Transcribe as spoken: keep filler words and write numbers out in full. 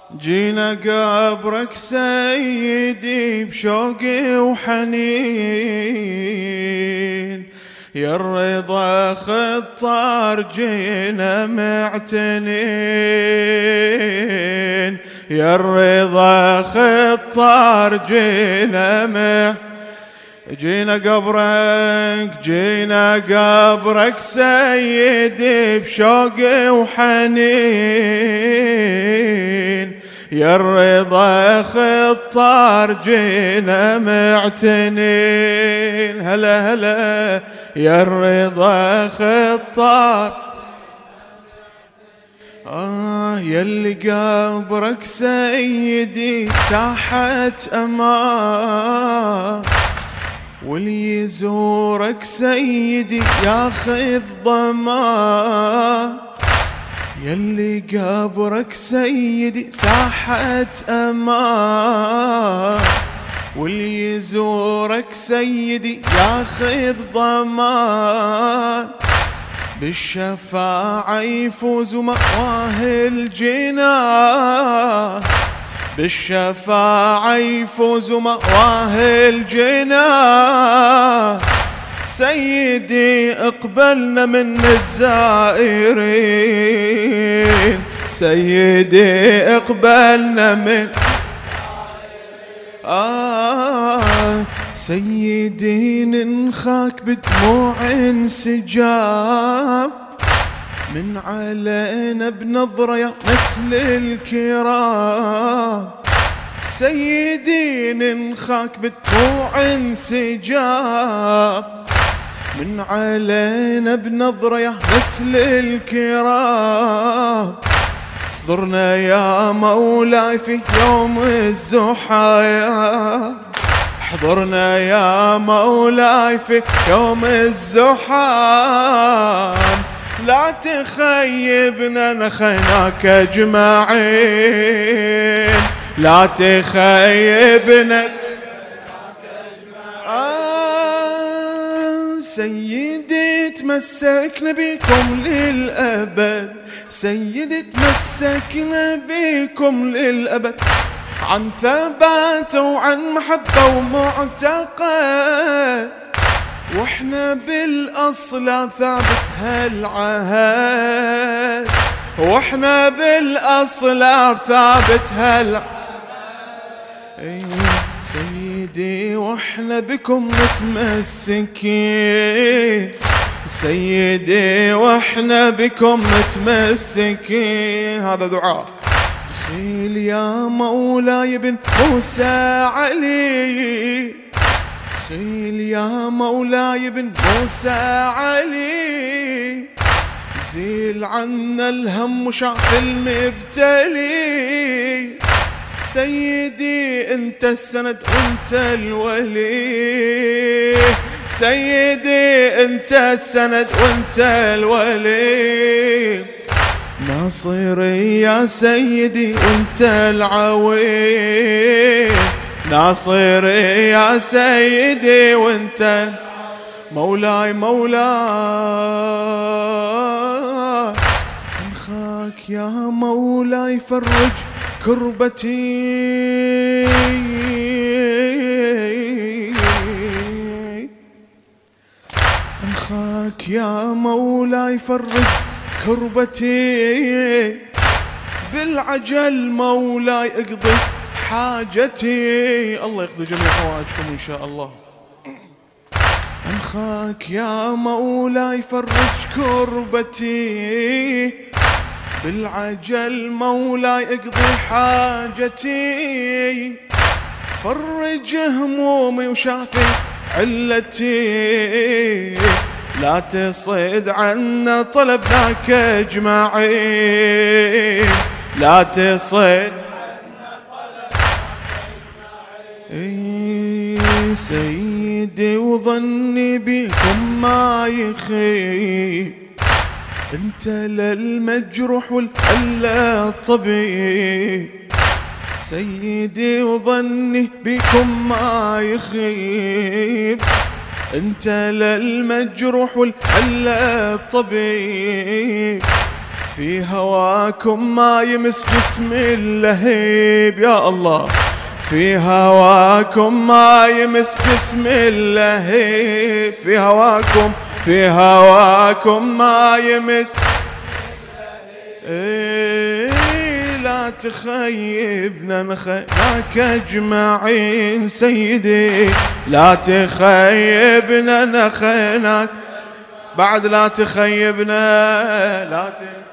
جينا قبرك سيدي بشوق وحنين، يا الرضا خطار جينا معتنين، يا الرضا خطار جينا معتنين. جينا قبرك جينا قبرك سيدي بشوق وحنين، يا الرضا خطار جينا معتنين. هلا هلا يا الرضا خطار، آه يلي قبرك سيدي تحت أمان، واللي يزورك سيدي ياخذ ضمان. يلي قبرك سيدي ساحة أمان، واللي يزورك سيدي ياخذ ضمان. بالشفاعة يفوز مأواه الجنان، بالشفاعة يفوز مأواه الجنان. سيدي اقبلنا من الزائرين، سيدي اقبلنا من آه سيدي ننخاك بدموع انسجام، من علينا بنظرة يا نسل الكرام. سيدي ننخاك بدموع انسجام، من علينا بنظرة يا نسل الكرام. احضرنا يا مولاي في يوم الزحايا، احضرنا يا مولاي في يوم الزحام. لا تخيبنا نخيناك اجمعين، لا تخيبنا. آه سيدي تمسكنا بكم للأبد، سيدي تمسكنا بكم للأبد، عن ثبات وعن محبة ومعتقد. واحنا بالاصل ثابت هالعهد، واحنا بالاصل ثابت هالعهد. سيدي واحنا بكم متمسكين، سيدي واحنا بكم متمسكين. هذا دعاء. دخيل يا مولاي بن موسى علي، دخيل يا مولاي بن موسى علي. زيل عنا الهم وشاف المبتلي، سيدي انت السند وانت الولي، سيدي انت السند وانت الولي. ناصري يا سيدي وانت العوين، ناصري يا سيدي وانت مولاي مولاي. انخاك يا مولاي فرج كربتي، انخاك يا مولاي فرج كربتي. بالعجل مولاي اقضي حاجتي، الله يقضي جميع حوائجكم إن شاء الله. أنخاك يا مولاي فرج كربتي، بالعجل مولاي اقضي حاجتي. فرج همومي وشافي علتي، لا تصد عنا طلبناك اجمعين، لا تصد. اي سيدي وظني بكم ما يخيب، انت للمجروح والألا طبيب. سيدي وظني بكم ما يخيب، انت للمجروح والألا طبيب. في هواكم ما يمس جسم اللهيب يا الله، في هواكم ما يمس جسم اللهيب، في هواكم في هواكم ما يمس إيه لا تخيبنا نخناك اجمعين سيدي، لا تخيبنا نخناك بعد، لا تخيبنا لا تخيبنا